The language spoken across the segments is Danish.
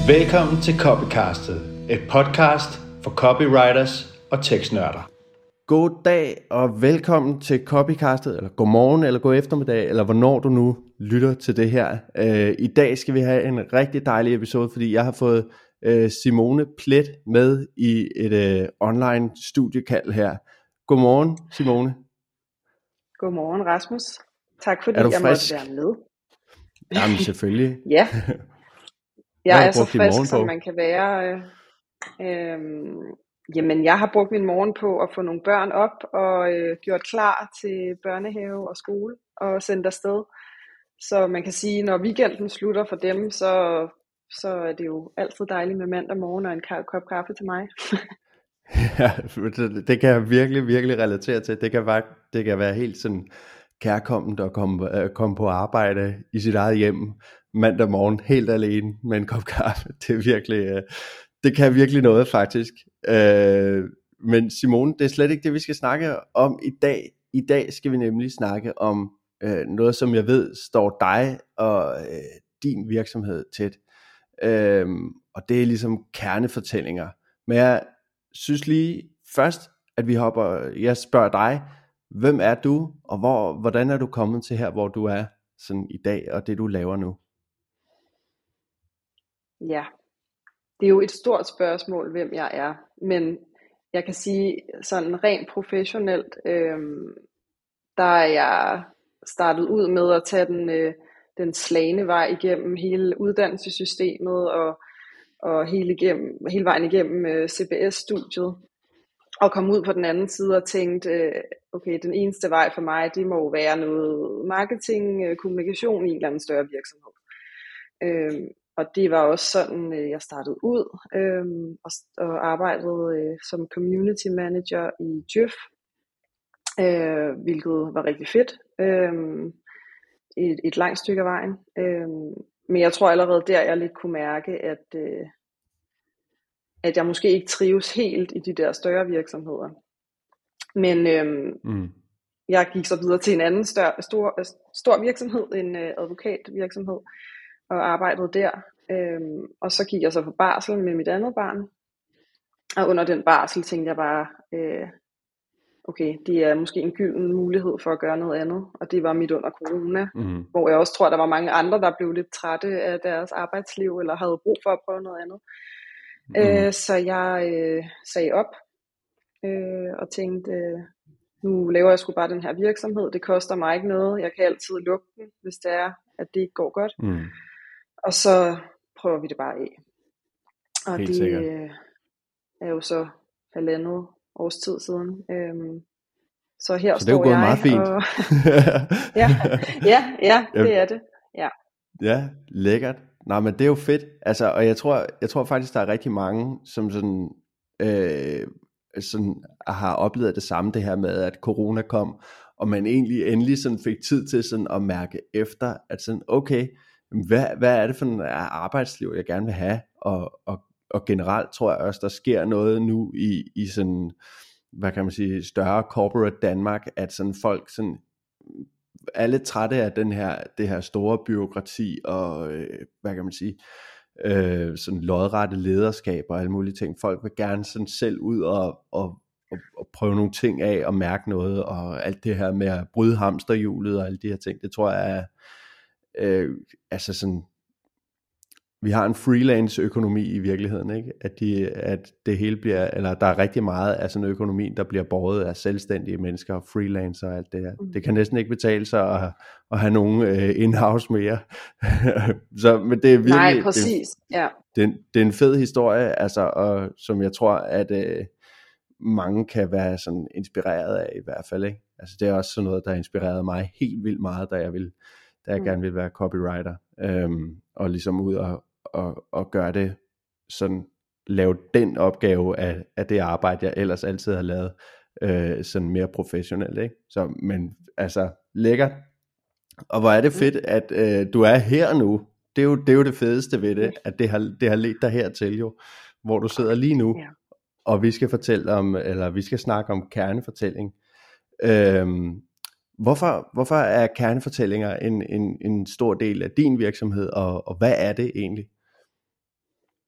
Velkommen til Copycastet, et podcast for copywriters og tekstnørder. God dag og velkommen til Copycastet, eller god morgen, eller god eftermiddag, eller hvornår du nu lytter til det her. I dag skal vi have en rigtig dejlig episode, fordi jeg har fået Simone Plet med i et online studiekald her. Godmorgen, Simone. Godmorgen, Rasmus. Tak fordi jeg måtte være med. Jamen selvfølgelig. Ja, jeg er så frisk, som man kan være. Jamen, jeg har brugt min morgen på at få nogle børn op og gjort klar til børnehave og skole og sendt afsted. Så man kan sige, når weekenden slutter for dem, så er det jo altid dejligt med mandag morgen og en kop kaffe til mig. Ja, det kan jeg virkelig, virkelig relatere til. Det kan være helt sådan kærkomment at komme på arbejde i sit eget hjem mandag morgen helt alene med en kop kaffe. Det er virkelig, det kan virkelig noget faktisk. Men Simone, det er slet ikke det, vi skal snakke om i dag. I dag skal vi nemlig snakke om noget, som jeg ved står dig og din virksomhed tæt. Og det er ligesom kernefortællinger. Men jeg synes lige først, at jeg spørger dig, hvem er du, og hvordan er du kommet til her, hvor du er sådan i dag, og det du laver nu? Ja, det er jo et stort spørgsmål, hvem jeg er, men jeg kan sige sådan rent professionelt, der er jeg startet ud med at tage den slagne vej igennem hele uddannelsessystemet og hele vejen igennem CBS-studiet og kom ud på den anden side og tænkte, okay, den eneste vej for mig, det må være noget marketing, kommunikation i en eller anden større virksomhed. Og det var også sådan, jeg startede ud og arbejdede som community manager i Djøf, hvilket var rigtig fedt. Et langt stykke af vejen. Men jeg tror allerede der, jeg lidt kunne mærke, at jeg måske ikke trives helt i de der større virksomheder. Men jeg gik så videre til en anden stor virksomhed, en advokatvirksomhed, og arbejdede der. Og så gik jeg så på barsel med mit andet barn. Og under den barsel tænkte jeg bare, okay, det er måske en gylden mulighed for at gøre noget andet. Og det var midt under corona, hvor jeg også tror, der var mange andre, der blev lidt trætte af deres arbejdsliv, eller havde brug for at prøve noget andet. Så jeg sagde op og tænkte, nu laver jeg sgu bare den her virksomhed. Det koster mig ikke noget. Jeg kan altid lukke den, hvis det er, at det ikke går godt. Og så prøver vi det bare af. Og helt det sikkert. Er jo så 1,5 års tid siden. Så her så det er jo gået meget fint. Og ja, det er det. Ja, lækkert. Nej, men det er jo fedt. Altså, og jeg tror faktisk, der er rigtig mange, som sådan har oplevet det samme, det her med, at corona kom, og man egentlig endelig sådan fik tid til sådan at mærke efter, at sådan, okay, hvad er det for en arbejdsliv, jeg gerne vil have, og generelt tror jeg også, der sker noget nu i sådan, hvad kan man sige, større corporate Danmark, at sådan folk sådan er lidt trætte af det her store byråkrati og hvad kan man sige, sådan lodrette lederskab og alle mulige ting. Folk vil gerne sådan selv ud og prøve nogle ting af og mærke noget, og alt det her med at bryde hamsterhjulet og alle de her ting, det tror jeg er altså sådan, vi har en freelance økonomi i virkeligheden, ikke? At det hele bliver, eller der er rigtig meget af sådan en økonomi, der bliver båret af selvstændige mennesker og freelancer og alt det her. Det kan næsten ikke betale sig at have nogen in-house mere. Men det er virkelig, nej, præcis. Det er en fed historie, altså, og som jeg tror, at mange kan være sådan inspireret af i hvert fald, ikke? Altså det er også sådan noget, der inspirerede mig helt vildt meget, da jeg gerne ville være copywriter, og ligesom ud og gøre det sådan, lave den opgave af det arbejde, jeg ellers altid har lavet, sådan mere professionelt, ikke? Så, men altså, lækkert. Og hvor er det fedt, at du er her nu. Det er jo det fedeste ved det, at det har ledt dig hertil jo, hvor du sidder lige nu, og vi skal snakke om kernefortælling. Hvorfor er kernefortællinger en stor del af din virksomhed, og hvad er det egentlig?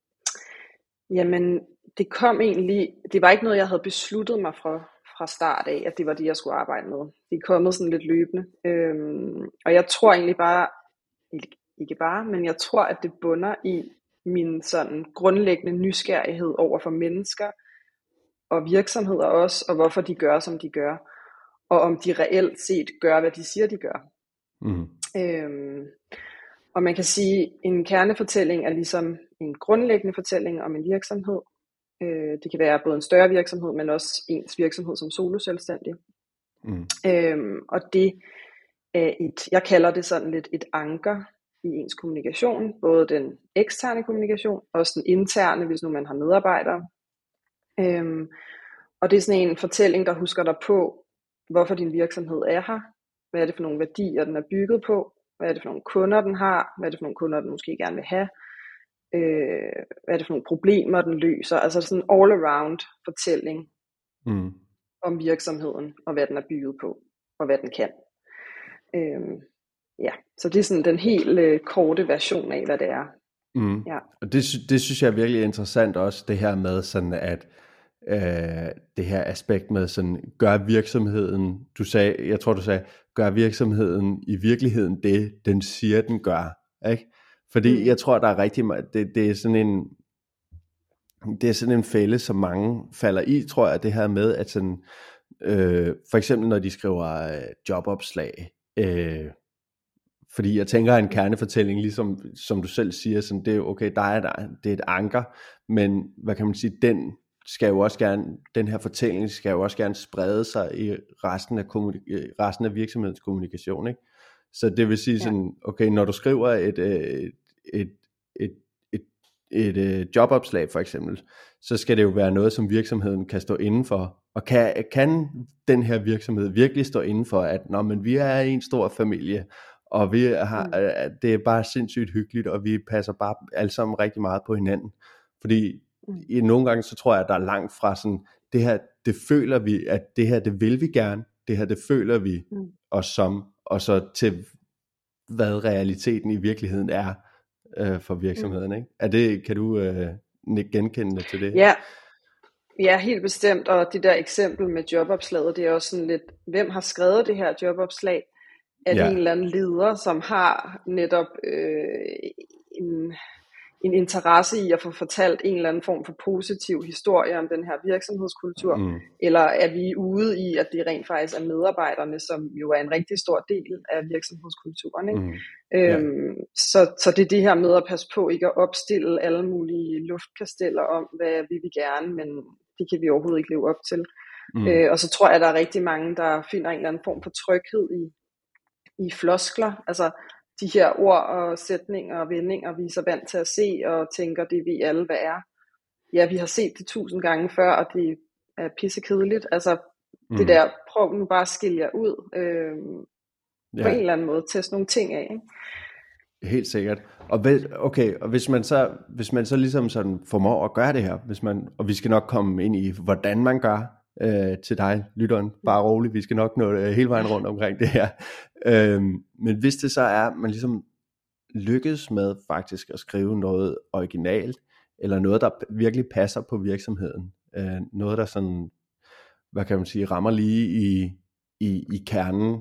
Jamen, det kom egentlig, det var ikke noget, jeg havde besluttet mig fra start af, at det var det, jeg skulle arbejde med. Det er kommet sådan lidt løbende. Og jeg tror egentlig bare, ikke bare, men jeg tror, at det bunder i min sådan grundlæggende nysgerrighed over for mennesker og virksomheder også, og hvorfor de gør, som de gør, og om de reelt set gør, hvad de siger, de gør. Og man kan sige, at en kernefortælling er ligesom en grundlæggende fortælling om en virksomhed. Det kan være både en større virksomhed, men også ens virksomhed som soloselvstændig. Og det er jeg kalder det sådan lidt et anker i ens kommunikation, både den eksterne kommunikation, og også den interne, hvis nu man har medarbejdere. Og det er sådan en fortælling, der husker dig på, hvorfor din virksomhed er her, hvad er det for nogle værdier, den er bygget på, hvad er det for nogle kunder, den har, hvad er det for nogle kunder, den måske gerne vil have, hvad er det for nogle problemer, den løser. Altså sådan en all-around fortælling om virksomheden, og hvad den er bygget på, og hvad den kan. Så det er sådan den helt korte version af, hvad det er. Ja. Og det synes jeg er virkelig interessant også, det her med sådan, at det her aspekt med sådan, gør virksomheden, jeg tror du sagde, gør virksomheden i virkeligheden det, den siger, den gør, ikke? Fordi jeg tror, der er rigtig meget, det er sådan en fælde, som mange falder i, tror jeg, det her med, at sådan, for eksempel når de skriver jobopslag, fordi jeg tænker, at en kernefortælling, ligesom som du selv siger, sådan, det er okay, det er et anker, men hvad kan man sige, den her fortælling skal jo også gerne sprede sig i resten af virksomhedens kommunikation, ikke? Så det vil sige sådan, okay, når du skriver et jobopslag for eksempel, så skal det jo være noget, som virksomheden kan stå inden for. Og kan den her virksomhed virkelig stå inden for, at men vi er en stor familie, og det er bare sindssygt hyggeligt, og vi passer bare alle sammen rigtig meget på hinanden. Fordi i nogle gange, så tror jeg, at der er langt fra sådan, det her, det føler vi, at det her, det vil vi gerne, det her, det føler vi os som, og så til, hvad realiteten i virkeligheden er for virksomheden, ikke? Kan du genkende det til det? Ja, helt bestemt, og det der eksempel med jobopslaget, det er også sådan lidt, hvem har skrevet det her jobopslag? Er det en eller anden leder, som har netop en interesse i at få fortalt en eller anden form for positiv historie om den her virksomhedskultur, eller er vi ude i, at det rent faktisk er medarbejderne, som jo er en rigtig stor del af virksomhedskulturen, ikke? Så det er det her med at passe på ikke at opstille alle mulige luftkasteller om, hvad vi vil gerne, men det kan vi overhovedet ikke leve op til. Og så tror jeg, at der er rigtig mange, der finder en eller anden form for tryghed i floskler, altså de her ord og sætninger og vendinger, vi er så vant til at se og tænker, det ved alle, hvad er. Ja, vi har set det 1000 gange før, og det er pissekedeligt. Altså det der, prøv nu bare at skille jer ud på en eller anden måde, teste nogle ting af, ikke? Helt sikkert. Og hvis man så ligesom sådan formår at gøre det her, og vi skal nok komme ind i, hvordan man gør, til dig, lytteren, bare roligt, vi skal nok nå hele vejen rundt omkring det her. Men hvis det så er, man ligesom lykkes med faktisk at skrive noget originalt, eller noget, der virkelig passer på virksomheden, noget, der sådan, hvad kan man sige, rammer lige i kernen,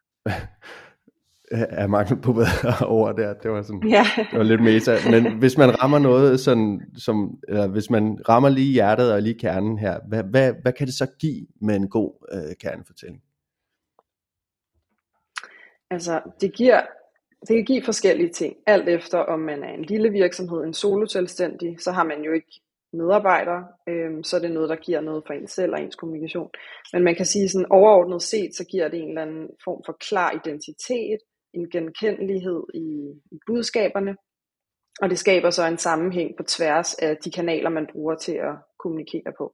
er mangel på bedre ord der. Det var sådan, det var lidt meta. Men hvis man rammer noget sådan, hvis man rammer lige hjertet og lige kernen her, hvad kan det så give med en god kernefortælling? Altså, det kan give forskellige ting. Alt efter om man er en lille virksomhed, en soloselvstændig, så har man jo ikke medarbejdere, så er det noget, der giver noget for en selv og ens kommunikation. Men man kan sige sådan overordnet set, så giver det en eller anden form for klar identitet, en genkendelighed i budskaberne, og det skaber så en sammenhæng på tværs af de kanaler, man bruger til at kommunikere på.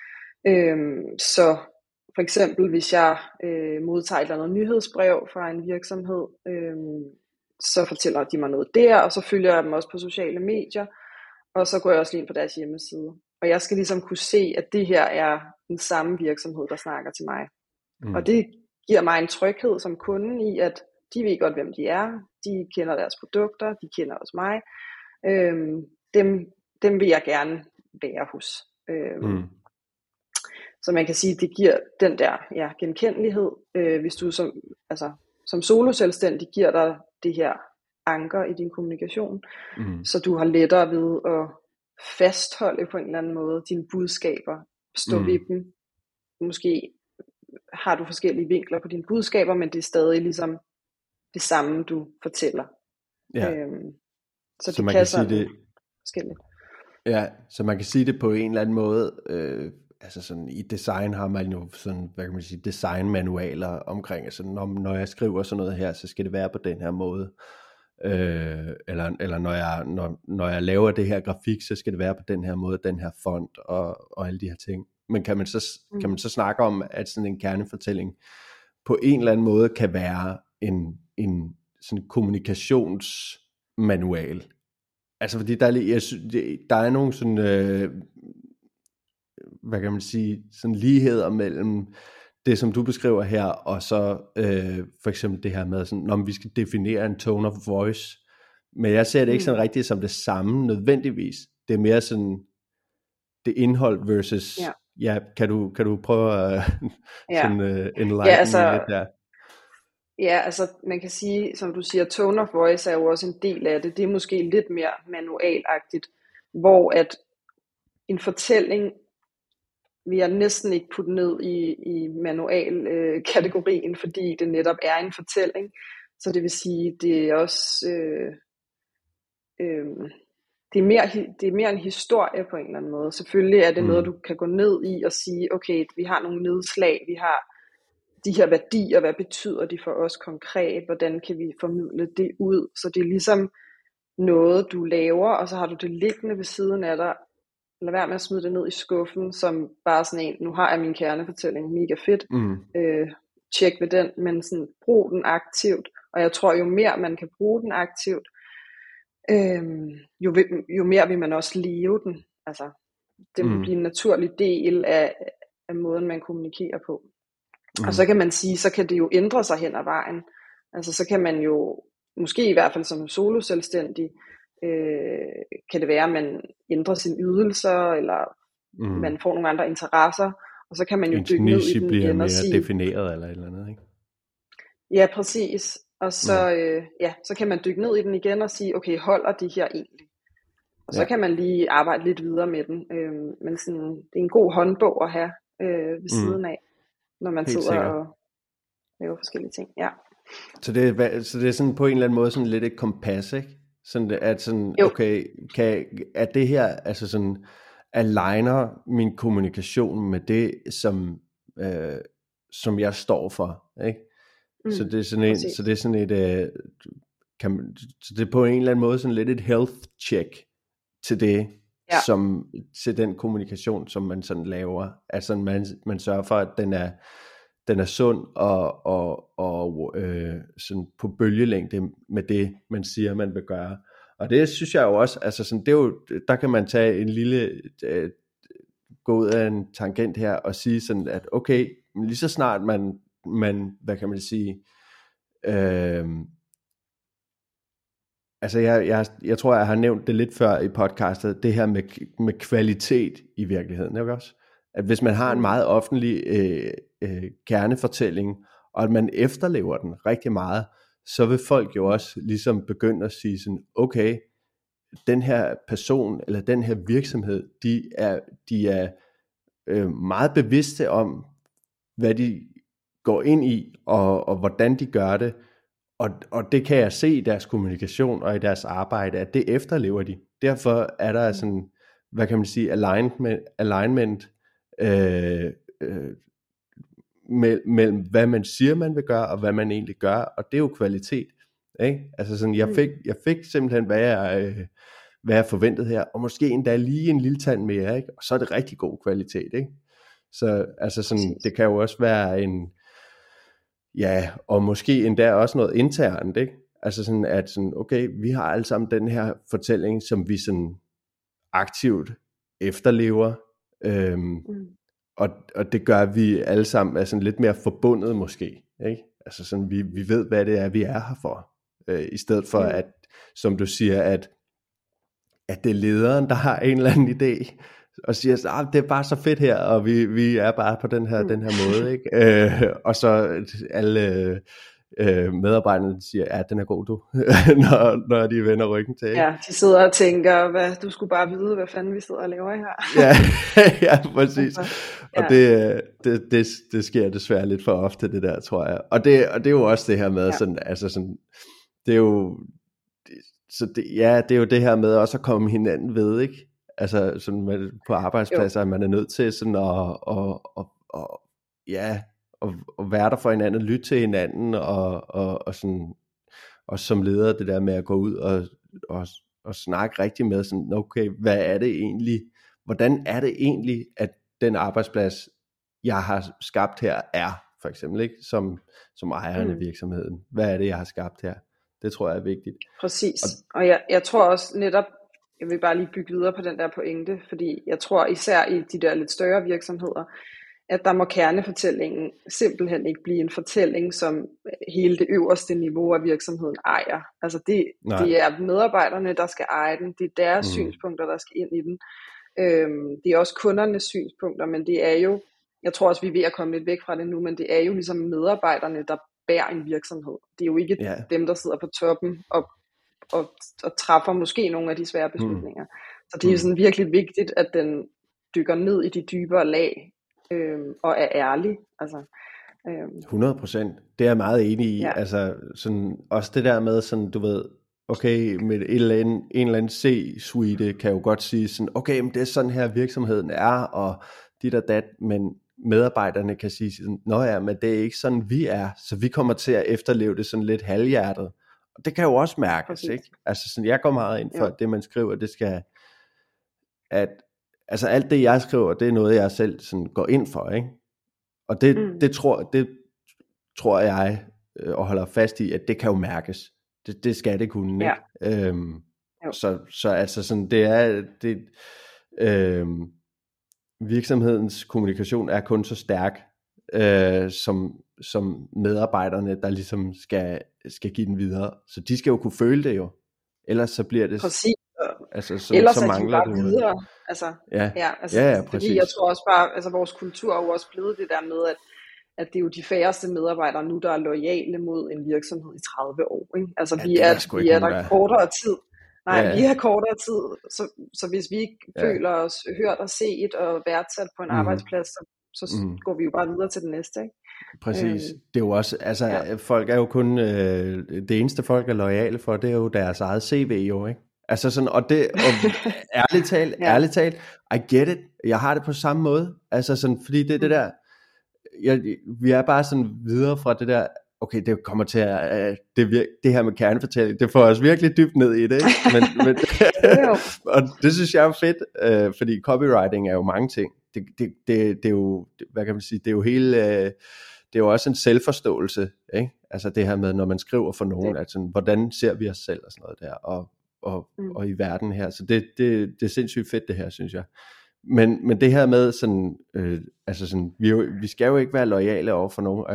Så for eksempel, hvis jeg modtager et eller andet nyhedsbrev fra en virksomhed, så fortæller de mig noget der, og så følger jeg dem også på sociale medier, og så går jeg også lige ind på deres hjemmeside. Og jeg skal ligesom kunne se, at det her er den samme virksomhed, der snakker til mig. Og det giver mig en tryghed som kunde i, at de ved godt, hvem de er. De kender deres produkter, de kender også mig. Dem vil jeg gerne være hos. Så man kan sige, det giver den der genkendelighed, hvis du som solo-selvstændig giver dig det her anker i din kommunikation, så du har lettere ved at fastholde på en eller anden måde dine budskaber, stå ved dem. Måske har du forskellige vinkler på dine budskaber, men det er stadig ligesom det samme, du fortæller. Ja. Så det man kan sige det forskelligt. Ja, så man kan sige det på en eller anden måde. Altså sådan i design har man jo sådan, hvad kan man sige, designmanualer omkring, altså når jeg skriver sådan noget her, så skal det være på den her måde. Eller når jeg laver det her grafik, så skal det være på den her måde, den her font og alle de her ting. Men kan man så snakke om, at sådan en kernefortælling på en eller anden måde kan være en sådan kommunikationsmanual? Altså fordi der er nogle sådan hvad kan man sige, sådan ligheder mellem det, som du beskriver her, og så for eksempel det her med, sådan, når vi skal definere en tone of voice. Men jeg ser det ikke sådan rigtigt som det samme nødvendigvis. Det er mere sådan det indhold versus, kan du prøve at enlighten lidt der? Ja, altså man kan sige, som du siger, tone of voice er jo også en del af det. Det er måske lidt mere manualagtigt, hvor at en fortælling vil jeg næsten ikke putte ned i manual-kategorien, fordi det netop er en fortælling. Så det vil sige, det er også det er mere en historie på en eller anden måde. Selvfølgelig er det noget, du kan gå ned i og sige, okay, vi har nogle nedslag, vi har de her værdier, hvad betyder de for os konkret, hvordan kan vi formidle det ud, så det er ligesom noget, du laver, og så har du det liggende ved siden af dig. Lad være med at smide det ned i skuffen, som bare sådan en, nu har jeg min kernefortælling, mega fedt, tjek ved den, men sådan, brug den aktivt, og jeg tror, jo mere man kan bruge den aktivt, jo mere vil man også leve den, altså, det vil blive en naturlig del af måden, man kommunikerer på. Og så kan man sige, så kan det jo ændre sig hen ad vejen, altså så kan man jo, måske i hvert fald som solo-selvstændig, kan det være, at man ændrer sine ydelser, eller man får nogle andre interesser, og så kan man jo dykke ned i den bliver igen mere og sige, defineret eller et eller andet, ikke? Ja, præcis. Og så, så kan man dykke ned i den igen og sige, okay, holder de her egentlig? Og så kan man lige arbejde lidt videre med den. Men sådan, det er en god håndbog at have ved siden af, når man sidder og laver forskellige ting. Ja. Så det er sådan på en eller anden måde sådan lidt et kompas, ikke? Sådan at sådan, okay, er det her, altså sådan, aligner min kommunikation med det, som jeg står for, ikke? Så det er sådan et, så det er på en eller anden måde sådan lidt et health check til det, til den kommunikation, som man sådan laver. Altså man sørger for, at den er sund og sådan på bølgelængde med det, man siger, man vil gøre. Og det synes jeg jo også, altså sådan, det er jo, der kan man tage en lille, gå ud af en tangent her og sige sådan, at okay, lige så snart man hvad kan man sige, altså jeg tror, jeg har nævnt det lidt før i podcastet, det her med kvalitet i virkeligheden, ikke også? At hvis man har en meget offentlig kernefortælling, og at man efterlever den rigtig meget, så vil folk jo også ligesom begynde at sige sådan, okay, den her person eller den her virksomhed, de er meget bevidste om, hvad de går ind i, og hvordan de gør det, og det kan jeg se i deres kommunikation og i deres arbejde, at det efterlever de. Derfor er der sådan, hvad kan man sige, alignment mellem hvad man siger, man vil gøre, og hvad man egentlig gør, og det er jo kvalitet, ikke? Altså sådan, jeg fik simpelthen, hvad jeg forventede her, og måske endda lige en lille tand mere, ikke? Og så er det rigtig god kvalitet, ikke? Så altså sådan, det kan jo også være og måske endda også noget internt, ikke? Altså sådan, at sådan, okay, vi har alle sammen den her fortælling, som vi sådan aktivt efterlever, og det gør vi alle sammen er sådan lidt mere forbundet måske, ikke? Altså sådan, vi ved, hvad det er, vi er her for, i stedet for at, som du siger, at det er lederen, der har en eller anden idé, og siger, det er bare så fedt her, og vi er bare på den her måde, ikke? Og så alle medarbejderne siger, den er god du, når de vender ryggen til, ikke? Ja, de sidder og tænker, du skulle bare vide, hvad fanden vi sidder og laver her. ja, præcis. Og det sker desværre lidt for ofte, det der, tror jeg. Og det er jo også det her med, sådan, altså sådan, det er jo, det er jo det her med også at komme hinanden ved, ikke? Altså sådan på arbejdspladser, at man er nødt til sådan at være der for hinanden, lytte til hinanden, og sådan, og som leder det der med at gå ud og snakke rigtig med sådan, okay, hvad er det egentlig, hvordan er det egentlig, at den arbejdsplads, jeg har skabt her, er, for eksempel, ikke, som ejeren af virksomheden. Hvad er det, jeg har skabt her? Det tror jeg er vigtigt. Præcis. Og jeg tror også netop, jeg vil bare lige bygge videre på den der pointe, fordi jeg tror især i de der lidt større virksomheder, at der må kernefortællingen simpelthen ikke blive en fortælling, som hele det øverste niveau af virksomheden ejer. Altså det er medarbejderne, der skal eje den. Det er deres synspunkter, der skal ind i den. Det er også kundernes synspunkter, men det er jo, jeg tror også, vi er ved at komme lidt væk fra det nu, men det er jo ligesom medarbejderne, der bærer en virksomhed. Det er jo ikke dem, der sidder på toppen og træffer måske nogle af de svære beslutninger. Så det er jo sådan virkelig vigtigt, at den dykker ned i de dybere lag, og er ærlig. Altså, 100%. Det er jeg meget enig i. Ja. Altså, sådan, også det der med, sådan, du ved, okay, med en eller anden C-suite kan jo godt sige sådan, okay, men det er sådan her virksomheden er, og dit og dat, men medarbejderne kan sige sådan, nå ja, men det er ikke sådan vi er, så vi kommer til at efterleve det sådan lidt halvhjertet. Og det kan jo også mærkes, ikke? Altså sådan, jeg går meget ind for det, man skriver, det skal, altså alt det, jeg skriver, det er noget, jeg selv sådan går ind for, ikke? Og det tror jeg, og holder fast i, at det kan jo mærkes. Det skal det kunne, ikke? Så altså sådan, virksomhedens kommunikation er kun så stærk, som medarbejderne, der ligesom skal give den videre. Så de skal jo kunne føle det jo. Ellers så bliver det... Præcis. Altså, ellers så mangler det videre. Altså, præcis. Jeg tror også bare, altså vores kultur er jo også blevet det der med, at det er jo de færreste medarbejdere nu, der er loyale mod en virksomhed i 30 år. Ikke? Altså vi er der kortere tid. Nej, vi har kortere tid, så hvis vi ikke føler os hørt og set og værdsat på en arbejdsplads, så går vi jo bare videre til den næste, ikke? Præcis. Det er jo også, altså folk er jo kun, det eneste folk er loyale for, det er jo deres eget CV jo, ikke? Altså sådan, og ærligt talt, I get it, jeg har det på samme måde, altså sådan, fordi det er det der, vi er bare sådan videre fra det der, okay, det kommer til at, det her med kernefortælling, det får os virkelig dybt ned i det, ikke? Men og det synes jeg er fedt, fordi copywriting er jo mange ting, det er jo, hvad kan man sige, det er jo hele, det er jo også en selvforståelse, ikke? Altså det her med, når man skriver for nogen, at sådan, hvordan ser vi os selv og sådan noget der, og i verden her, så det er sindssygt fedt det her, synes jeg. Men det her med sådan, altså sådan, vi skal jo ikke være loyale over for nogen, og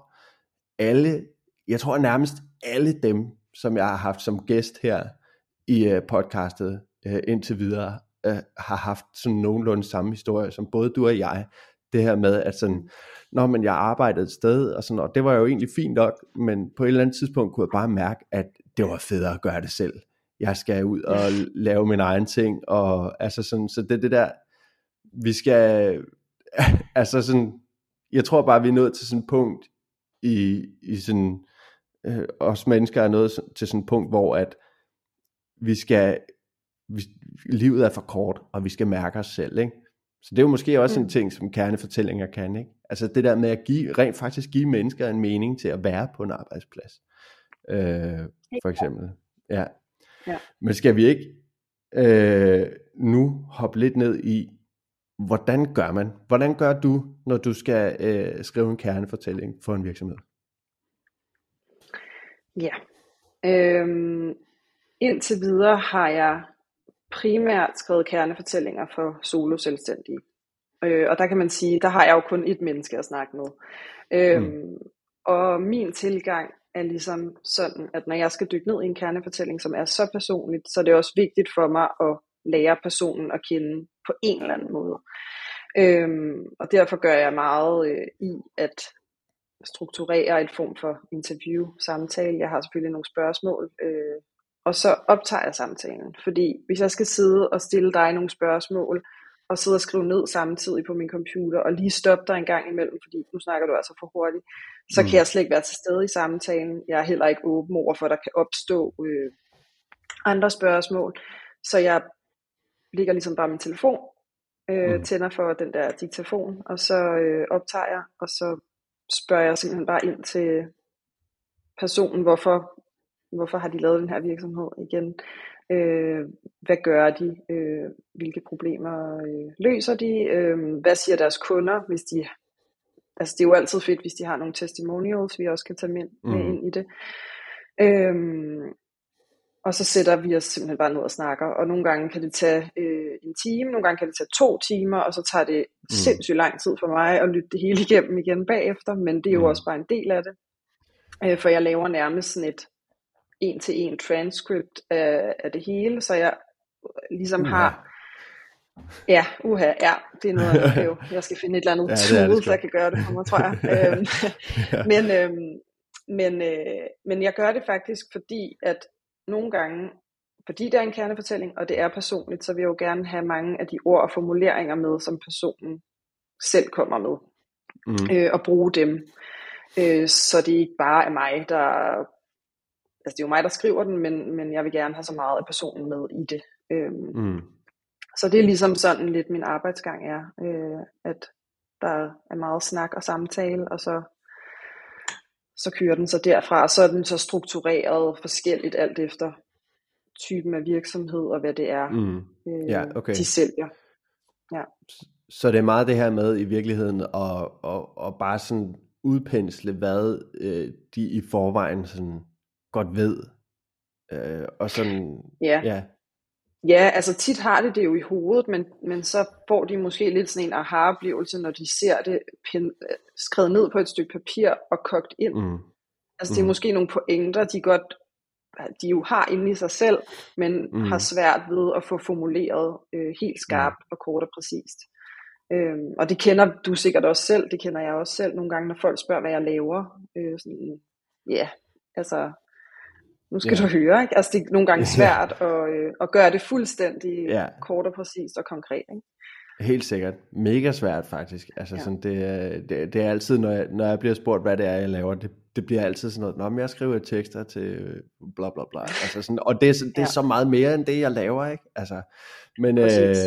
jeg tror nærmest alle dem, som jeg har haft som gæst her i podcastet indtil videre, har haft sådan nogenlunde samme historie, som både du og jeg, det her med, at sådan, men jeg arbejdede et sted, og sådan, og det var jo egentlig fint nok, men på et eller andet tidspunkt kunne jeg bare mærke, at det var federe at gøre det selv. Jeg skal ud og lave min egen ting, og altså sådan, så det der, vi skal, altså sådan, jeg tror bare, vi er nået til sådan et punkt, i sådan, os mennesker er nået til sådan et punkt, hvor at livet er for kort, og vi skal mærke os selv, ikke? Så det er jo måske også en ting, som kernefortællinger kan, ikke? Altså det der med at rent faktisk give mennesker en mening til at være på en arbejdsplads, for eksempel. Ja. Men skal vi ikke nu hoppe lidt ned i, hvordan gør man? Hvordan gør du, når du skal skrive en kernefortælling for en virksomhed? Ja. Indtil videre har jeg primært skrevet kernefortællinger for solo-selvstændige. Og der kan man sige, der har jeg jo kun et menneske at snakke med. Og min tilgang er ligesom sådan, at når jeg skal dykke ned i en kernefortælling, som er så personligt, så er det også vigtigt for mig at lære personen at kende på en eller anden måde. Og derfor gør jeg meget i at strukturere et form for interview-samtale. Jeg har selvfølgelig nogle spørgsmål, og så optager jeg samtalen. Fordi hvis jeg skal sidde og stille dig nogle spørgsmål, og sidde og skrive ned samtidig på min computer, og lige stoppe dig en gang imellem, fordi nu snakker du altså for hurtigt, så kan jeg slet ikke være til stede i samtalen. Jeg er heller ikke åben over for, at der kan opstå andre spørgsmål. Så jeg lægger ligesom bare min telefon, tænder for den der diktafon, og så optager jeg, og så spørger jeg simpelthen bare ind til personen, hvorfor har de lavet den her virksomhed igen? Hvad gør de? Hvilke problemer løser de? Hvad siger deres kunder, hvis de... Altså det er jo altid fedt, hvis de har nogle testimonials, vi også kan tage med ind i det. Og så sætter vi os simpelthen bare ned og snakker, og nogle gange kan det tage en time, nogle gange kan det tage 2 timer, og så tager det sindssygt lang tid for mig at lytte det hele igennem igen bagefter, men det er jo også bare en del af det. For jeg laver nærmest sådan et 1-til-1 transcript af det hele, så jeg ligesom har... Ja, det er noget af en opgave. Jeg skal finde et eller andet tool, der kan gøre det for mig, tror jeg. Men jeg gør det faktisk, fordi at nogle gange, fordi det er en kernefortælling, og det er personligt, så vil jeg jo gerne have mange af de ord og formuleringer med, som personen selv kommer med, og bruge dem. Så det ikke bare er mig, der... Altså det er jo mig, der skriver den, men jeg vil gerne have så meget af personen med i det. Så det er ligesom sådan lidt min arbejdsgang er, at der er meget snak og samtale, og så kører den så derfra, og så er den så struktureret forskelligt alt efter typen af virksomhed og hvad det er, de sælger. Ja. Så det er meget det her med i virkeligheden at bare sådan udpensle, hvad de i forvejen sådan godt ved, og sådan, Ja, altså tit har det jo i hovedet, men så får de måske lidt sådan en aha-oplevelse, når de ser det skrevet ned på et stykke papir og kogt ind. Altså det er måske nogle pointer, de jo har inde i sig selv, men har svært ved at få formuleret helt skarpt og kort og præcist. Og det kender du sikkert også selv, det kender jeg også selv nogle gange, når folk spørger, hvad jeg laver. Altså... Nu skal du høre, ikke? Altså det er nogle gange svært at gøre det fuldstændig kort og præcist og konkret, ikke? Helt sikkert. Mega svært faktisk. Altså sådan, det er altid, når jeg bliver spurgt, hvad det er, jeg laver, det bliver altid sådan noget, men jeg skriver tekster til bla bla bla. Altså sådan, og det er så meget mere end det, jeg laver, ikke? Altså, men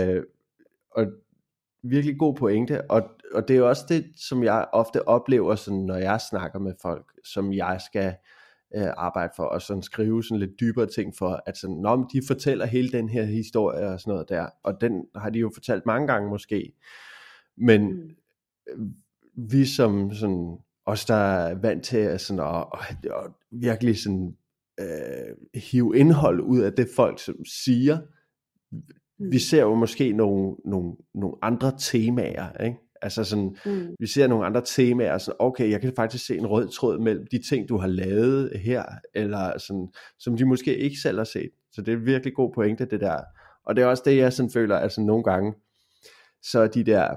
og virkelig god pointe, og det er også det, som jeg ofte oplever, sådan, når jeg snakker med folk, som jeg skal arbejde for, og sådan skrive sådan lidt dybere ting for, at sådan, de fortæller hele den her historie og sådan noget der, og den har de jo fortalt mange gange måske, men vi som sådan, os der er vant til sådan, at virkelig sådan, hive indhold ud af det folk som siger, vi ser jo måske nogle andre temaer, ikke? Altså sådan, vi ser nogle andre temaer, sådan, okay, jeg kan faktisk se en rød tråd mellem de ting, du har lavet her, eller sådan, som de måske ikke selv har set. Så det er virkelig god pointe, det der. Og det er også det, jeg sådan føler, altså nogle gange, så er de der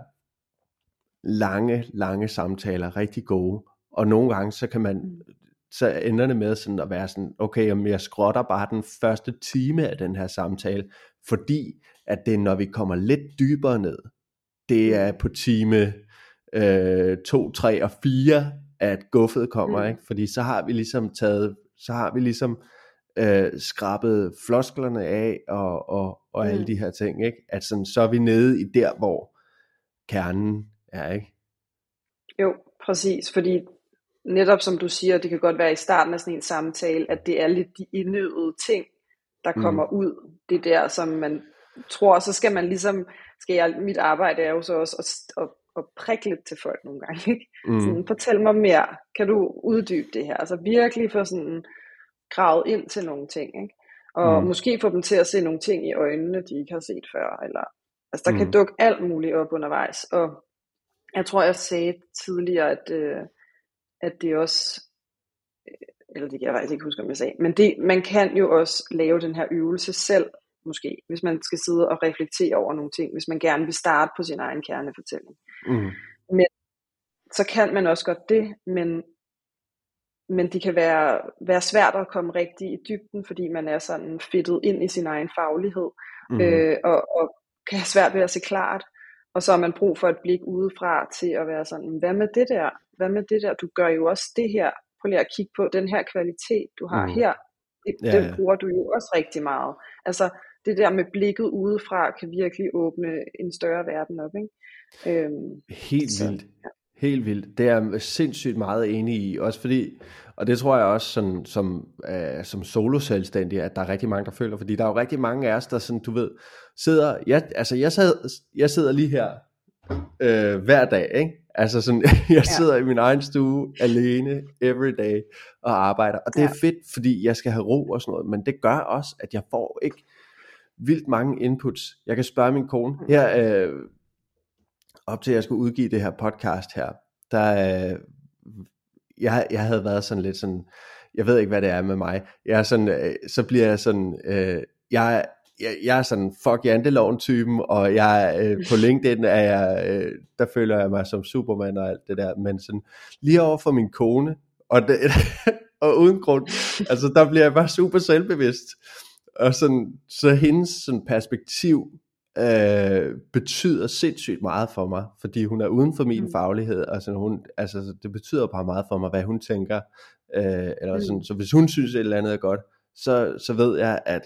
lange samtaler rigtig gode, og nogle gange, så ender det med sådan at være sådan, okay, jeg skrotter bare den første time af den her samtale, fordi at det, når vi kommer lidt dybere ned, det er på time 2, 3 og 4, at guffet kommer, ikke? Fordi så har vi ligesom skrabet flosklerne af, og alle de her ting, ikke? At sådan, så er vi nede i der, hvor kernen er, ikke? Jo, præcis, fordi netop som du siger, det kan godt være i starten af sådan en samtale, at det er lidt de indøvede ting, der kommer ud. Det der, som man tror, så skal man ligesom, mit arbejde er jo så også at prikke lidt til folk nogle gange, ikke? Sådan, fortæl mig mere, kan du uddybe det her? Altså virkelig få sådan gravet ind til nogle ting, ikke? Og måske få dem til at se nogle ting i øjnene, de ikke har set før, eller, altså der kan dukke alt muligt op undervejs, og jeg tror, jeg sagde tidligere, at det også, eller det kan jeg faktisk ikke huske, om jeg sagde, men man kan jo også lave den her øvelse selv, måske, hvis man skal sidde og reflektere over nogle ting, hvis man gerne vil starte på sin egen kernefortælling. Men så kan man også godt det, men det kan være svært at komme rigtig i dybden, fordi man er sådan fedtet ind i sin egen faglighed, og kan have svært ved at se klart, og så har man brug for et blik udefra til at være sådan, hvad med det der, du gør jo også det her, prøv lige at kigge på den her kvalitet, du har her, den bruger du jo også rigtig meget. Altså det der med blikket udefra, kan virkelig åbne en større verden op, ikke? Helt vildt. Ja. Helt vildt. Det er jeg sindssygt meget enig i, også fordi, og det tror jeg også sådan, som solo-selvstændig, at der er rigtig mange, der føler, fordi der er jo rigtig mange af os, der sådan, du ved, sidder, jeg sidder lige her hver dag, ikke? Altså sådan, jeg sidder i min egen stue alene every day og arbejder, og det er fedt, fordi jeg skal have ro og sådan noget, men det gør også, at jeg får ikke vildt mange inputs. Jeg kan spørge min kone her, op til at jeg skulle udgive det her podcast her, der jeg havde været sådan lidt sådan, jeg ved ikke hvad det er med mig, jeg er sådan, så bliver jeg sådan, jeg er sådan fuck janteloven typen, og jeg på LinkedIn er jeg, der føler jeg mig som Superman og alt det der, men sådan lige over for min kone, og og uden grund, altså der bliver jeg bare super selvbevidst, og sådan, så hendes sådan perspektiv betyder sindssygt meget for mig, fordi hun er uden for min faglighed, og sådan altså det betyder bare meget for mig, hvad hun tænker, eller sådan, så hvis hun synes et eller andet er godt, så ved jeg, at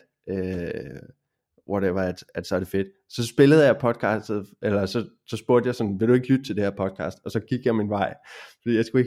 whatever, at så er det fedt. Så spillede jeg podcastet, eller så spurgte jeg sådan, vil du ikke lytte til det her podcast? Og så gik jeg min vej, fordi jeg skulle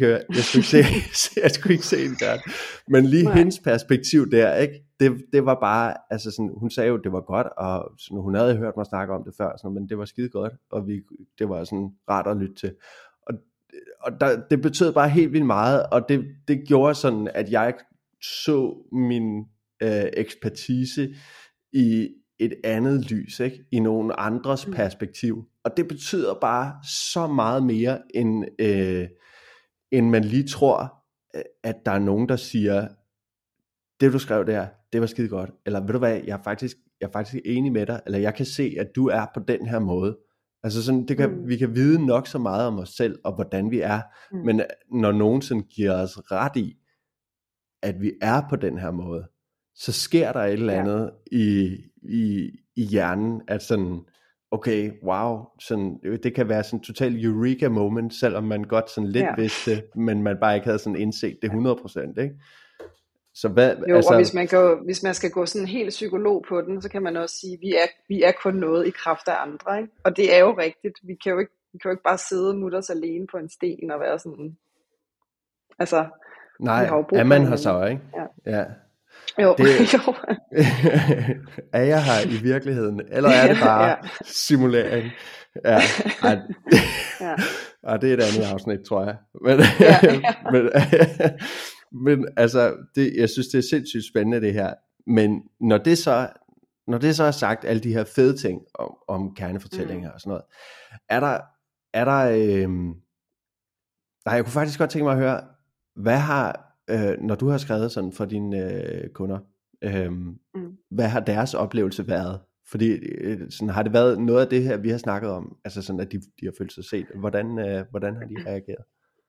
ikke se det der. Men lige hendes perspektiv der, ikke? Det var bare, altså sådan, hun sagde jo, det var godt, og sådan, hun havde hørt mig snakke om det før, sådan, men det var skide godt, og det var sådan rart at lytte til. Og det betød bare helt vildt meget, og det gjorde sådan, at jeg så min ekspertise i et andet lys, ikke? I nogen andres perspektiv, og det betyder bare så meget mere end man lige tror, at der er nogen der siger, det du skrev der, det var skide godt, eller ved du hvad, jeg er faktisk enig med dig, eller jeg kan se at du er på den her måde. Altså sådan, vi kan vide nok så meget om os selv og hvordan vi er, men når nogen sådan giver os ret i at vi er på den her måde, så sker der et eller andet i hjernen, at sådan, okay, wow, sådan, det kan være sådan total eureka moment, selvom man godt sådan lidt vidste, men man bare ikke havde sådan indset det 100%, ikke? Så hvad, jo, altså, og hvis man skal gå sådan helt psykolog på den, så kan man også sige, vi er kun noget i kraft af andre, ikke? Og det er jo rigtigt. Vi kan jo ikke bare sidde mutters alene på en sten og være sådan, altså, nej, er man her så, ikke? Ja. Jo, jo. Er jeg her i virkeligheden, eller er det bare simulering? Ja, det er et andet afsnit, tror jeg. Men altså, jeg synes det er sindssygt spændende det her. Men når det så er sagt, alle de her fede ting om kernefortællinger og sådan noget, er der jeg kunne faktisk godt tænke mig at høre, hvad har når du har skrevet sådan for dine kunder, hvad har deres oplevelse været? Fordi sådan, har det været noget af det her, vi har snakket om, altså sådan, at de har følt sig set? Hvordan har de reageret?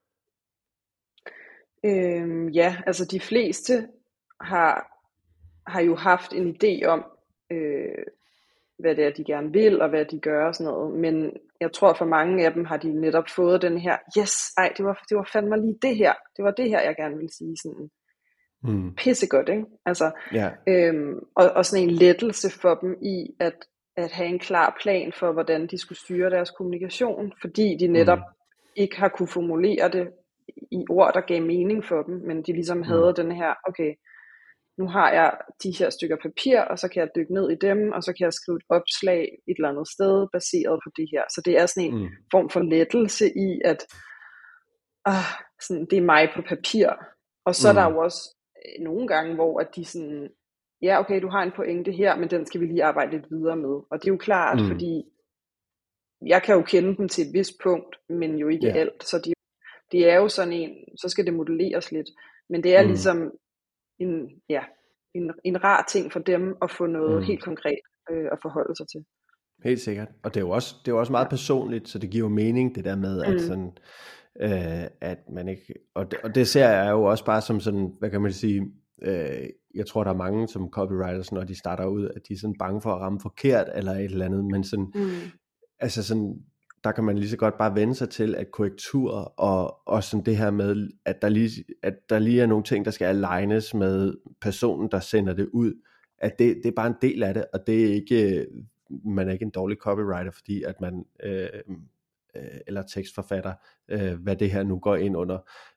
Ja, altså de fleste har jo haft en idé om, hvad det er, de gerne vil, og hvad de gør og sådan noget. Men jeg tror, for mange af dem har de netop fået den her, det var fandme lige det her. Det var det her, jeg gerne ville sige. Sådan pissegodt, ikke? Altså, og sådan en lettelse for dem i at have en klar plan for, hvordan de skulle styre deres kommunikation, fordi de netop ikke har kunne formulere det i ord, der gav mening for dem, men de ligesom havde den her, okay, nu har jeg de her stykker papir, og så kan jeg dykke ned i dem, og så kan jeg skrive et opslag et eller andet sted, baseret på det her. Så det er sådan en form for lettelse i, at sådan, det er mig på papir. Og så er der jo også nogle gange, hvor at de sådan, ja okay, du har en pointe her, men den skal vi lige arbejde lidt videre med. Og det er jo klart, fordi jeg kan jo kende dem til et vist punkt, men jo ikke alt. Så det er jo sådan en, så skal det modelleres lidt. Men det er ligesom en rar ting for dem at få noget helt konkret at forholde sig til. Helt sikkert. Og det er jo også meget personligt, så det giver jo mening, det der med, at sådan, at man ikke, og det ser jeg jo også bare som sådan, hvad kan man sige, jeg tror der er mange som copywriters, når de starter ud, at de er sådan bange for at ramme forkert, eller et eller andet, men sådan, altså sådan, der kan man lige så godt bare vende sig til, at korrektur, og sådan det her med, at der lige er nogle ting, der skal alignes med personen, der sender det ud, at det er bare en del af det, og det er ikke, man er ikke en dårlig copywriter, fordi at man, eller tekstforfatter, hvad det her nu går ind under.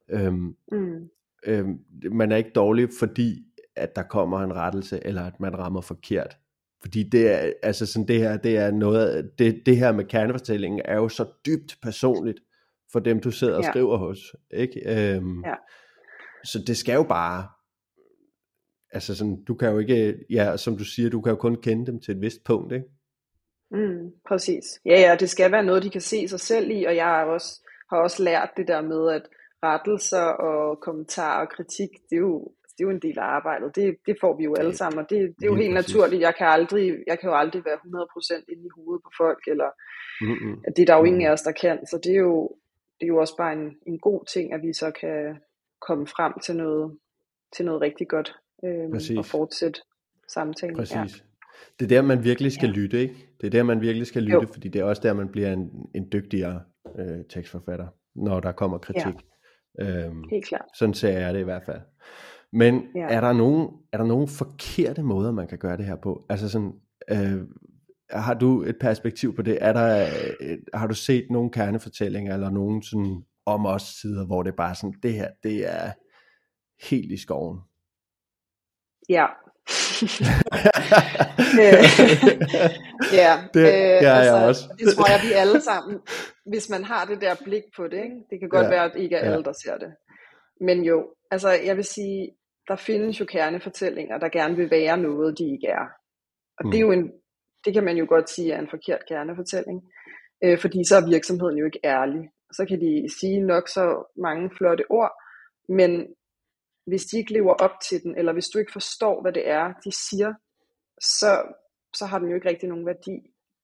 Man er ikke dårlig, fordi at der kommer en rettelse, eller at man rammer forkert. Fordi det er, altså sådan det er noget, det her med kernefortællingen er jo så dybt personligt, for dem du sidder og skriver hos, ikke? Så det skal jo bare, altså sådan, du kan jo ikke, som du siger, du kan jo kun kende dem til et vist punkt, ikke? Præcis. Ja, det skal være noget, de kan se sig selv i, og jeg har også lært det der med, at rettelser og kommentarer og kritik, det er jo en del af arbejdet. Det får vi jo alle sammen, og det er jo helt naturligt. Jeg kan jo aldrig være 100% inde i hovedet på folk, eller at det er der jo ingen af os, der kan. Så det er jo også bare en god ting, at vi så kan komme frem til noget rigtig godt, og fortsætte samtalen. Præcis. Ja. Det er der, man virkelig skal lytte, ikke? Det er der, man virkelig skal lytte, fordi det er også der, man bliver en dygtigere tekstforfatter, når der kommer kritik. Helt klart. Sådan ser jeg det i hvert fald. Men er der nogen forkerte måder, man kan gøre det her på? Altså sådan, har du et perspektiv på det? Har du set nogle kernefortællinger, eller nogle sådan om os sider, hvor det er bare sådan, det her, det er helt i skoven? Ja. Jeg også. Det tror jeg, vi alle sammen, hvis man har det der blik på det, ikke? Det kan godt være, at ikke er alle, der ser det. Men jo, altså jeg vil sige, der findes jo kernefortællinger, der gerne vil være noget, de ikke er. Og det er jo det kan man jo godt sige er en forkert kernefortælling, fordi så er virksomheden jo ikke ærlig. Så kan de sige nok så mange flotte ord, men hvis de ikke lever op til den, eller hvis du ikke forstår, hvad det er, de siger, så har den jo ikke rigtig nogen værdi.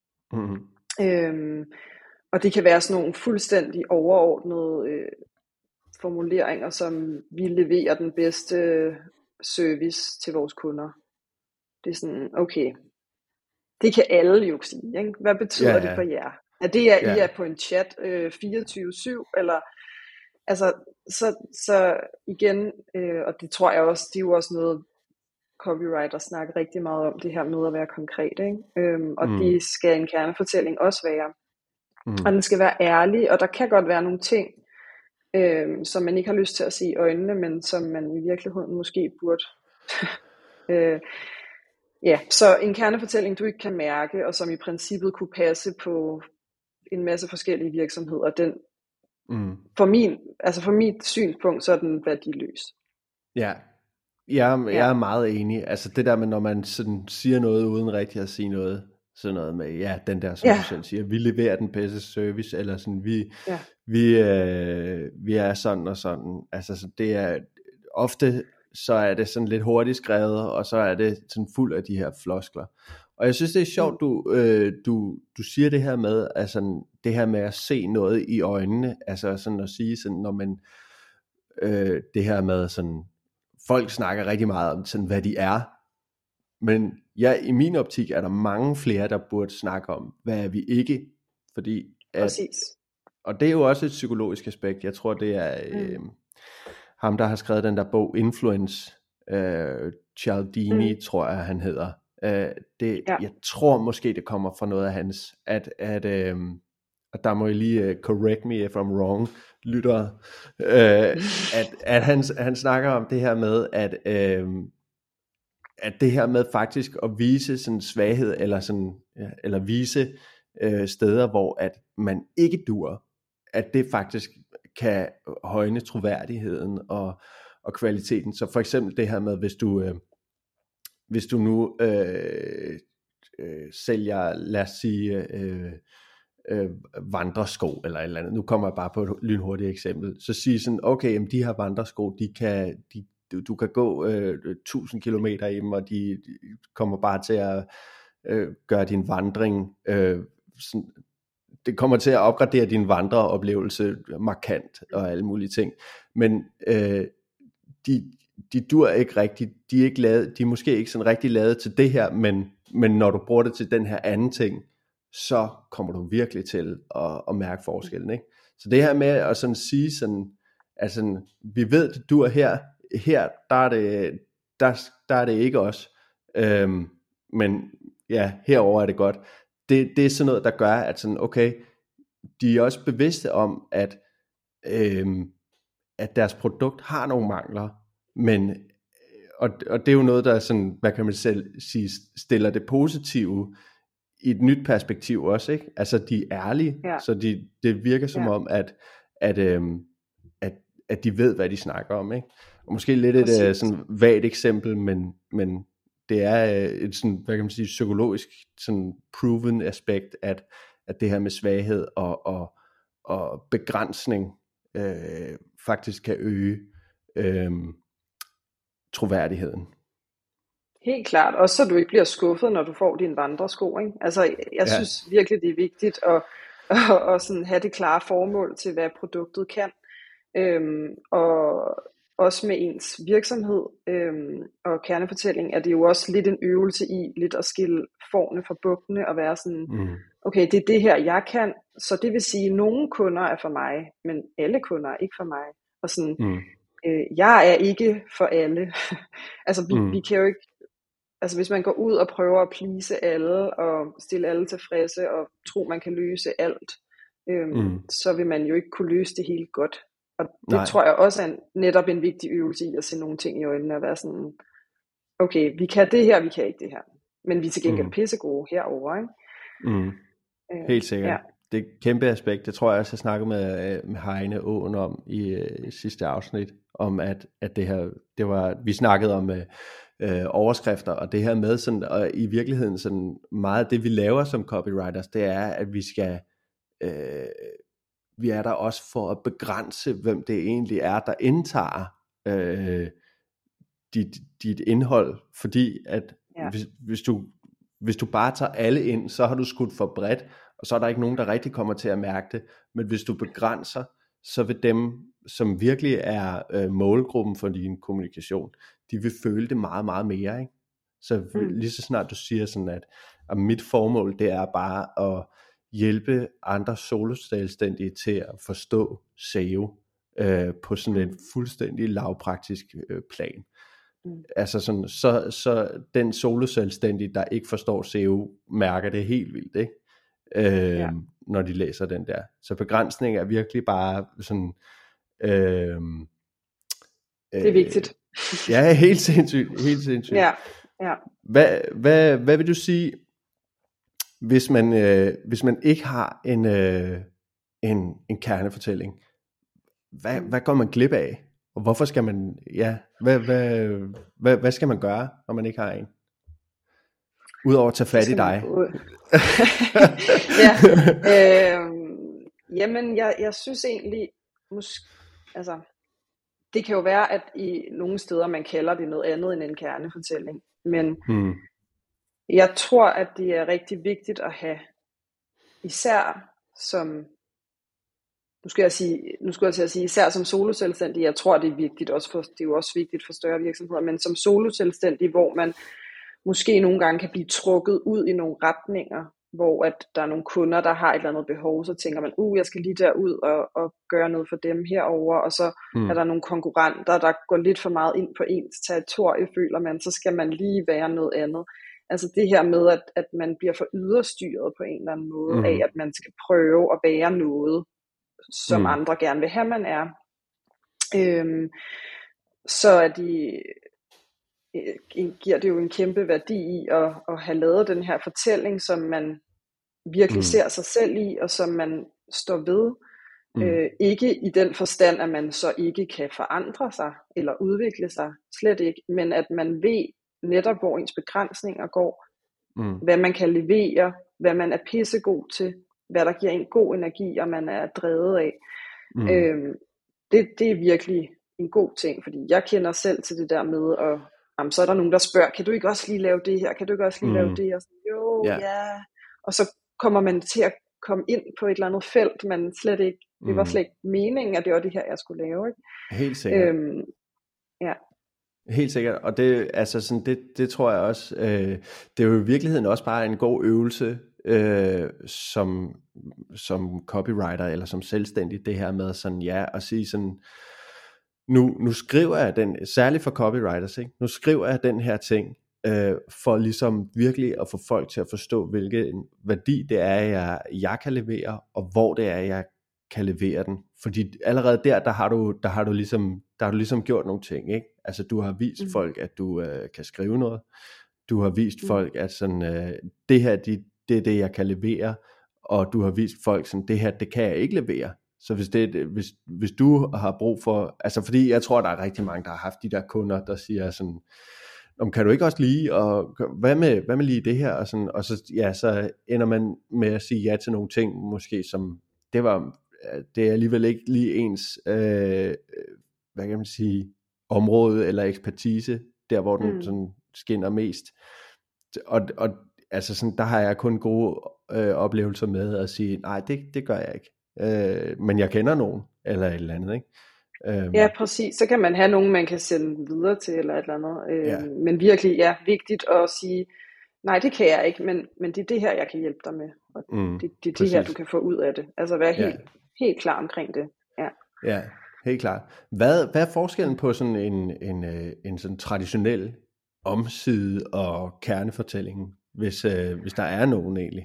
Og det kan være sådan nogle fuldstændig overordnede formuleringer, som vi leverer den bedste service til vores kunder. Det er sådan, okay, det kan alle jo sige, ikke? Hvad betyder det for jer? Er det, at I er på en chat 24/7, eller altså, så igen, og det tror jeg også, det er jo også noget, copywriter snakker rigtig meget om, det her med at være konkret, ikke? Og det skal en kernefortælling også være. Og den skal være ærlig, og der kan godt være nogle ting, som man ikke har lyst til at se i øjnene, men som man i virkeligheden måske burde. Så en kernefortælling, du ikke kan mærke, og som i princippet kunne passe på en masse forskellige virksomheder, den for mit synspunkt, så er den værdiløs. Ja, jeg er meget enig. Altså det der med, når man sådan siger noget uden rigtig at sige noget, sådan noget med, den der, som du selv siger, vi leverer den bedste service, eller sådan, vi er sådan og sådan. Altså så det er ofte, så er det sådan lidt hurtigt skrevet, og så er det sådan fuld af de her floskler. Og jeg synes, det er sjovt, du siger det her med, altså det her med at se noget i øjnene, altså sådan at sige, sådan, når man, det her med sådan, folk snakker rigtig meget om sådan, hvad de er, men i min optik er der mange flere, der burde snakke om, hvad er vi ikke, fordi og det er jo også et psykologisk aspekt. Jeg tror, det er ham, der har skrevet den der bog Influence, Cialdini, tror jeg, han hedder. Jeg tror måske, det kommer fra noget af hans, og der må I lige correct me if I'm wrong, lyttere, at han snakker om det her med, at det her med faktisk at vise sådan svaghed, eller sådan, eller vise steder, hvor at man ikke dur, at det faktisk kan højne troværdigheden og kvaliteten. Så for eksempel det her med, hvis du nu sælger, lad os sige, vandresko eller et eller andet. Nu kommer jeg bare på et lynhurtigt eksempel. Så sige sådan, okay, jamen de her vandresko, du kan gå 1000 kilometer i dem, og de kommer bare til at gøre din vandring, det kommer til at opgradere din vandreoplevelse markant og alle mulige ting, men de dur ikke rigtigt, de er måske ikke sådan rigtig lavet til det her, men når du bruger det til den her anden ting, så kommer du virkelig til at mærke forskellen, ikke? Så det her med at sådan sige sådan, altså vi ved det dur her der er det ikke os, men ja, herover er det godt. Det er sådan noget, der gør, at sådan, okay, de er også bevidste om, at deres produkt har nogle mangler, men og det er jo noget, der sådan, hvad kan man selv sige, stiller det positive i et nyt perspektiv også, ikke? Altså de er ærlige, så det virker som om, at de ved, hvad de snakker om, ikke? Og måske lidt et sådan vagt eksempel, men det er et sådan, hvad kan man sige, psykologisk sådan proven aspekt, at det her med svaghed og begrænsning faktisk kan øge troværdigheden. Helt klart, også så du ikke bliver skuffet, når du får dine vandresko, ikke? Altså, jeg synes virkelig, det er vigtigt at sådan have det klare formål til, hvad produktet kan, og også med ens virksomhed og kernefortælling, er det jo også lidt en øvelse i lidt at skille fårene fra bukkene og være sådan, okay, det er det her, jeg kan, så det vil sige, at nogle kunder er for mig, men alle kunder er ikke for mig, og sådan, jeg er ikke for alle. Altså, vi kan jo ikke, altså hvis man går ud og prøver at please alle og stille alle tilfredse og tro man kan løse alt, så vil man jo ikke kunne løse det hele godt. Og det tror jeg også er netop en vigtig øvelse i at se nogle ting i øjnene og være sådan, okay, vi kan det her, vi kan ikke det her, men vi er til gengæld pissegode herovre, ikke? Helt sikkert. Ja. Det er et kæmpe aspekt. Det tror jeg også, jeg snakkede med Heine Aaen om i sidste afsnit, om at det her, det var, vi snakkede om overskrifter, og det her med sådan, og i virkeligheden sådan meget af det vi laver som copywriters, det er at vi skal vi er der også for at begrænse hvem det egentlig er der indtager dit indhold, fordi at hvis du bare tager alle ind, så har du skudt for bredt, og så er der ikke nogen der rigtig kommer til at mærke det, men hvis du begrænser, så vil dem som virkelig er målgruppen for din kommunikation, de vil føle det meget, meget mere, ikke? Så lige så snart du siger sådan, at mit formål, det er bare at hjælpe andre soloselvstændige til at forstå SEO på sådan en fuldstændig lavpraktisk plan. Altså sådan, så den soloselvstændige, der ikke forstår SEO, mærker det helt vildt, ikke? Når de læser den der. Så begrænsning er virkelig bare sådan det er vigtigt. Ja, helt sindssygt. Ja. Hvad vil du sige, hvis man ikke har en kernefortælling? Hvad går man glip af? Og hvorfor skal man, hvad skal man gøre, når man ikke har en? Udover at tage fat i dig. Jamen, jeg synes egentlig, altså, det kan jo være, at i nogle steder, man kalder det noget andet end en kernefortælling. Men jeg tror, at det er rigtig vigtigt at have, især som, nu skulle jeg til at sige, især som soloselvstændig, jeg tror, det er vigtigt, også for, det er jo også vigtigt for større virksomheder, men som soloselvstændig, hvor man måske nogle gange kan blive trukket ud i nogle retninger, hvor at der er nogle kunder, der har et eller andet behov, så tænker man, jeg skal lige derud og gøre noget for dem herover, og så er der nogle konkurrenter, der går lidt for meget ind på ens territorie, føler man, så skal man lige være noget andet. Altså det her med, at man bliver for yderstyret på en eller anden måde, af at man skal prøve at være noget, som andre gerne vil have, man er. Så giver det jo en kæmpe værdi i at have lavet den her fortælling, som man virkelig ser sig selv i, og som man står ved. Ikke i den forstand, at man så ikke kan forandre sig, eller udvikle sig, slet ikke, men at man ved netop, hvor ens begrænsninger går, hvad man kan levere, hvad man er pissegod til, hvad der giver en god energi, og man er drevet af. Det er virkelig en god ting, fordi jeg kender selv til det der med at så er der nogen, der spørger, kan du ikke også lige lave det her, kan du ikke også lige lave det, og sådan, jo, ja, og så kommer man til at komme ind på et eller andet felt, man slet ikke, det var slet ikke meningen, at det var det her, jeg skulle lave, ikke? Helt sikkert. Ja. Helt sikkert, og det, altså sådan, det tror jeg også, det er jo i virkeligheden også bare en god øvelse, som copywriter, eller som selvstændig, det her med sådan, ja, at sige sådan, nu skriver jeg den, særligt for copywriters, ikke? Nu skriver jeg den her ting, for ligesom virkelig at få folk til at forstå, hvilken værdi det er, jeg kan levere, og hvor det er, jeg kan levere den. Fordi allerede der har du ligesom gjort nogle ting, ikke? Altså du har vist folk, at du kan skrive noget. Du har vist folk, at sådan, det her, det er det, jeg kan levere. Og du har vist folk sådan, det her, det kan jeg ikke levere. Så hvis du har brug for, altså fordi jeg tror, der er rigtig mange, der har haft de der kunder, der siger sådan, kan du ikke også lide, og hvad med lige det her, og sådan, og så, ja, så ender man med at sige ja til nogle ting, måske som, det er alligevel ikke lige ens, hvad kan man sige, område eller ekspertise, der hvor den sådan skinner mest, og altså sådan, der har jeg kun gode oplevelser med at sige, nej, det gør jeg ikke, men jeg kender nogen, eller et eller andet, ikke? Ja, præcis. Så kan man have nogen, man kan sende videre til, eller et eller andet. Men virkelig, ja, vigtigt at sige, nej, det kan jeg ikke, men det er det her, jeg kan hjælpe dig med. Og det er det her, du kan få ud af det. Altså være helt klar omkring det. Ja, helt klart. Hvad er forskellen på sådan en sådan traditionel omside og kernefortælling, hvis der er nogen egentlig?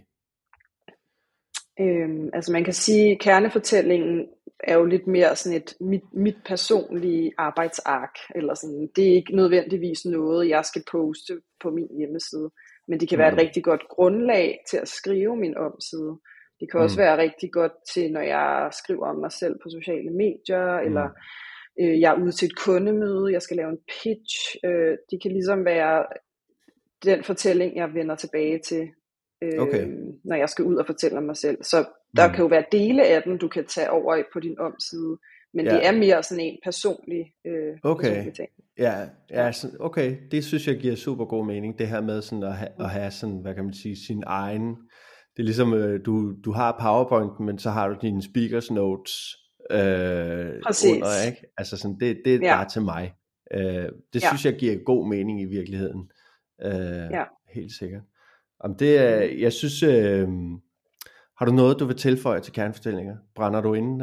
Altså man kan sige, at kernefortællingen er jo lidt mere sådan et mit personlige arbejdsark, eller sådan. Det er ikke nødvendigvis noget, jeg skal poste på min hjemmeside, men det kan være et rigtig godt grundlag til at skrive min omside. Det kan også være rigtig godt til, når jeg skriver om mig selv på sociale medier, eller jeg er ude til et kundemøde, jeg skal lave en pitch. Det kan ligesom være den fortælling, jeg vender tilbage til, når jeg skal ud og fortælle om mig selv. Så der kan jo være dele af den, du kan tage over på din omside, men det er mere sådan en personlig ting. Ja, okay, det synes jeg giver super god mening, det her med sådan at have sådan, hvad kan man sige, sin egen, det er ligesom, du har PowerPoint, men så har du dine speakers notes under, ikke? Altså sådan, det er bare til mig. Det synes jeg giver god mening i virkeligheden. Helt sikkert. Om det, jeg synes, har du noget, du vil tilføje til kernefortællinger? Brænder du inde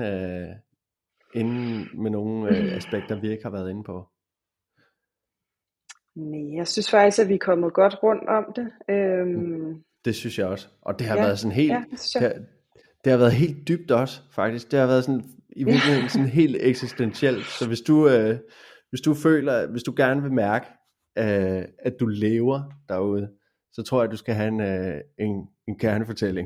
med nogle aspekter, vi ikke har været inde på? Nej, jeg synes faktisk, at vi er kommet godt rundt om det. Det synes jeg også. Og det har været sådan helt, det har været helt dybt også, faktisk. Det har været sådan, i virkeligheden sådan helt eksistentielt. Så hvis du føler, hvis du gerne vil mærke, at du lever derude, så tror jeg, at du skal have en kernefortælling.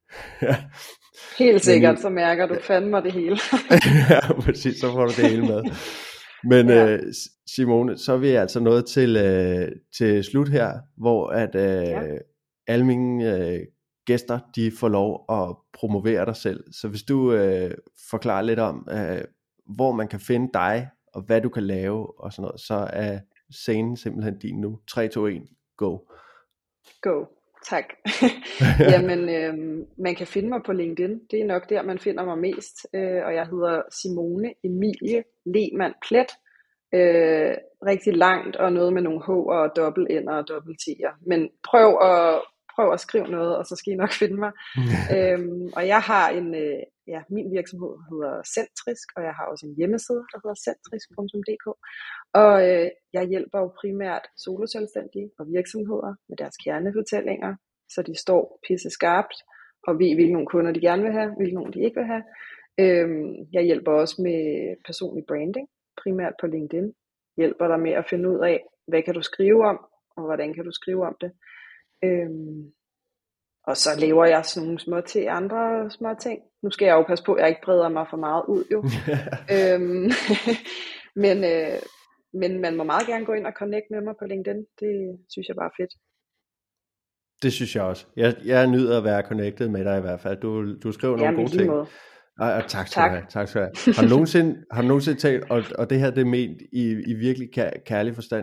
Helt sikkert, så mærker du fandme det hele. Ja, præcis, så får du det hele med. Men Simone, så er vi altså nået til slut her, hvor at alle mine gæster, de får lov at promovere dig selv. Så hvis du forklarer lidt om, hvor man kan finde dig, og hvad du kan lave, og sådan noget, så er scenen simpelthen din nu. 3, 2, 1, go. Go. Tak. Jamen, man kan finde mig på LinkedIn. Det er nok der, man finder mig mest. Og jeg hedder Simone Emilie Lehmann Plet. Rigtig langt, og noget med nogle H'er og dobbelt-N'er og dobbelt-T'er. Men prøv at skrive noget, og så skal I nok finde mig. Og jeg har min virksomhed hedder Centrisk, og jeg har også en hjemmeside, der hedder centrisk.dk. Og jeg hjælper jo primært soloselvstændige og virksomheder med deres kernefortællinger, så de står pisse skarpt og ved, hvilke kunder de gerne vil have, hvilke de ikke vil have. Jeg hjælper også med personlig branding, primært på LinkedIn. Hjælper dig med at finde ud af, hvad kan du skrive om, og hvordan kan du skrive om det. Og så laver jeg sådan nogle andre små ting. Nu skal jeg jo passe på, at jeg ikke breder mig for meget ud, jo. Men man må meget gerne gå ind og connect med mig på LinkedIn. Det synes jeg bare er fedt. Det synes jeg også. Jeg nyder at være connected med dig i hvert fald. Du skriver nogle gode ting. Og tak skal du have. Tak skal du have. Har du nogensinde talt, og det her det er ment i virkelig kærlig forstand,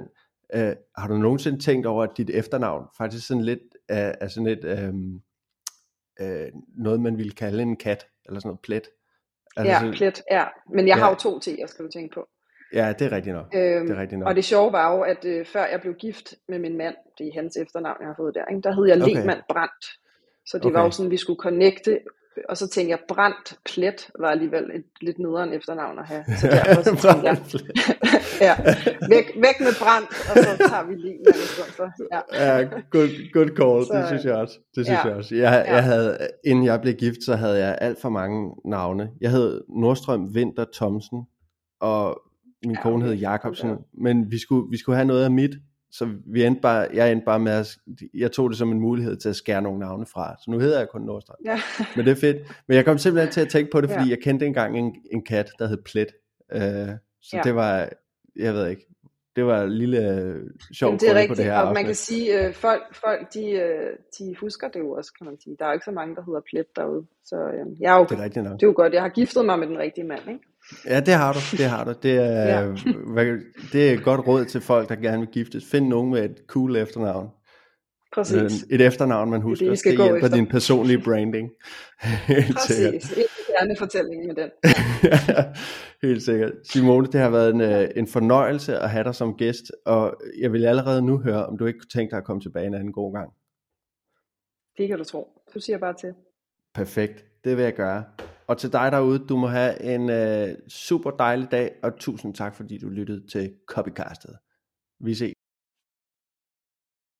Har du nogensinde tænkt over, at dit efternavn faktisk sådan lidt er sådan et noget man ville kalde en kat, eller sådan noget plet? Altså ja, sådan, plet, ja. Men jeg har jo 2 T'er, skal du tænke på. Ja, det er rigtigt nok. Det er rigtigt nok. Og det sjove var jo, at før jeg blev gift med min mand, det er hans efternavn, jeg har fået der, ikke? Der hed jeg Lehmann Brandt. Så det var jo sådan, vi skulle connecte. Og så tænkte jeg, Brandt Plet var alligevel et lidt nederen efternavn at have. Så derfor så tænkte jeg, ja, væk med Brandt, og så tager vi Lehmann i stedet for. Ja, good call, så, det synes jeg også. Jeg havde, inden jeg blev gift, så havde jeg alt for mange navne. Jeg hed Nordstrøm Vinter Thomsen, og min kone hed Jacobsen, men vi skulle have noget af mit, så jeg endte bare med jeg tog det som en mulighed til at skære nogle navne fra, så nu hedder jeg kun Nordstrøm. Ja. Men det er fedt. Men jeg kom simpelthen til at tænke på det, fordi jeg kendte engang en kat, der hed Plet, så det var, jeg ved ikke, det var en lille sjov grund på det her. Og man kan sige, folk de husker det jo også, kan man sige. Der er jo ikke så mange, der hedder Plet derude, så jeg er jo, det er jo godt, jeg har giftet mig med den rigtige mand, ikke? Ja, det har du. Det er et godt råd til folk, der gerne vil giftes. Find nogen med et cool efternavn. Præcis. Et efternavn, man husker. Det hjælper din personlige branding. Præcis. En gerne fortælling med den. Ja, helt sikkert. Simone, det har været en fornøjelse at have dig som gæst, og jeg vil allerede nu høre, om du ikke kunne tænke dig at komme tilbage en anden god gang. Det kan du tro. Du siger bare til. Perfekt. Det vil jeg gøre. Og til dig derude, du må have en super dejlig dag, og tusind tak, fordi du lyttede til Copycastet. Vi ses.